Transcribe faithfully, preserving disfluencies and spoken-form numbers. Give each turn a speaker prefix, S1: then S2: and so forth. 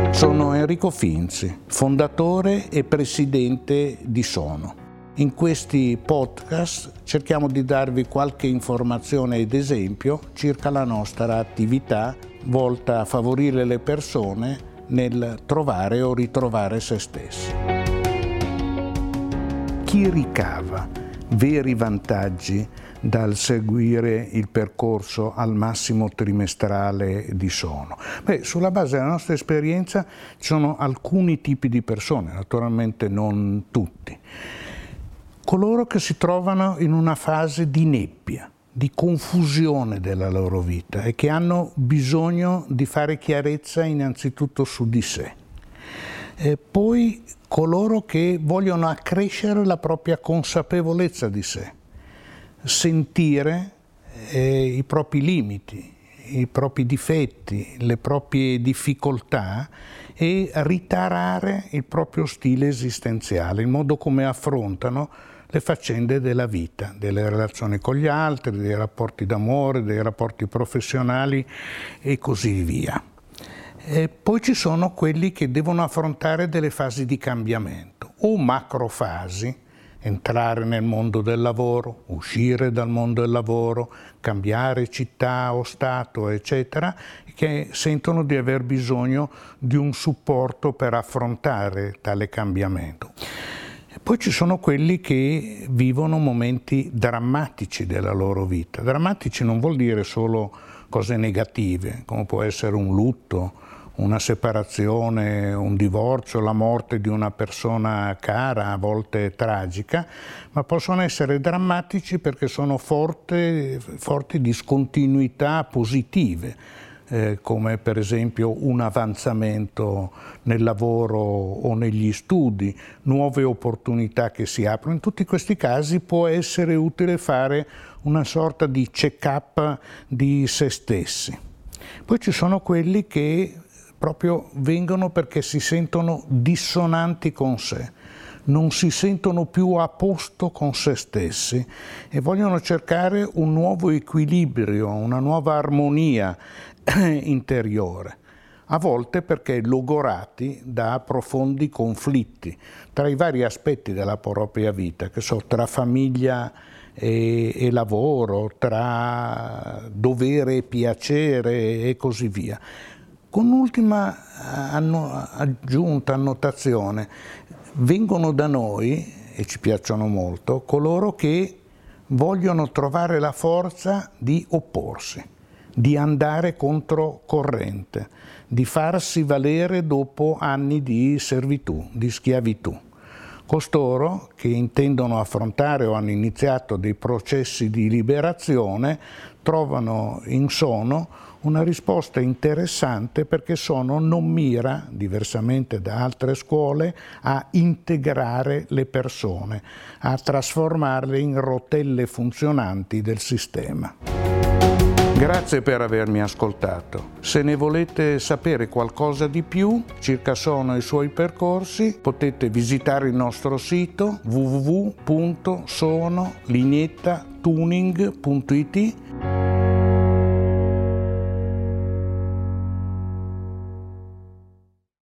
S1: Sono Enrico Finzi, fondatore e presidente di Sono. In questi podcast cerchiamo di darvi qualche informazione ed esempio circa la nostra attività volta a favorire le persone nel trovare o ritrovare se stessi. Chi ricava veri vantaggi dal seguire il percorso al massimo trimestrale di Sono? Beh, sulla base della nostra esperienza ci sono alcuni tipi di persone, naturalmente non tutti. Coloro che si trovano in una fase di nebbia, di confusione della loro vita e che hanno bisogno di fare chiarezza innanzitutto su di sé. E poi coloro che vogliono accrescere la propria consapevolezza di sé, sentire eh, i propri limiti, i propri difetti, le proprie difficoltà e ritarare il proprio stile esistenziale, il modo come affrontano le faccende della vita, delle relazioni con gli altri, dei rapporti d'amore, dei rapporti professionali e così via. E poi ci sono quelli che devono affrontare delle fasi di cambiamento, o macrofasi, entrare nel mondo del lavoro, uscire dal mondo del lavoro, cambiare città o stato, eccetera, che sentono di aver bisogno di un supporto per affrontare tale cambiamento. Poi ci sono quelli che vivono momenti drammatici della loro vita. Drammatici non vuol dire solo cose negative, come può essere un lutto, una separazione, un divorzio, la morte di una persona cara, a volte tragica, ma possono essere drammatici perché sono forti, forti discontinuità positive, eh, come per esempio un avanzamento nel lavoro o negli studi, nuove opportunità che si aprono. In tutti questi casi può essere utile fare una sorta di check-up di se stessi. Poi ci sono quelli che proprio vengono perché si sentono dissonanti con sé, non si sentono più a posto con se stessi e vogliono cercare un nuovo equilibrio, una nuova armonia interiore, a volte perché logorati da profondi conflitti tra i vari aspetti della propria vita, che so, tra famiglia e, e lavoro, tra dovere e piacere e così via. Con un'ultima aggiunta, annotazione, vengono da noi, e ci piacciono molto, coloro che vogliono trovare la forza di opporsi, di andare controcorrente, di farsi valere dopo anni di servitù, di schiavitù. Costoro che intendono affrontare o hanno iniziato dei processi di liberazione trovano in Sono una risposta interessante perché Sono non mira, diversamente da altre scuole, a integrare le persone, a trasformarle in rotelle funzionanti del sistema. Grazie per avermi ascoltato. Se ne volete sapere qualcosa di più circa Sono e i suoi percorsi, potete visitare il nostro sito w w w punto sono linettatuning punto i t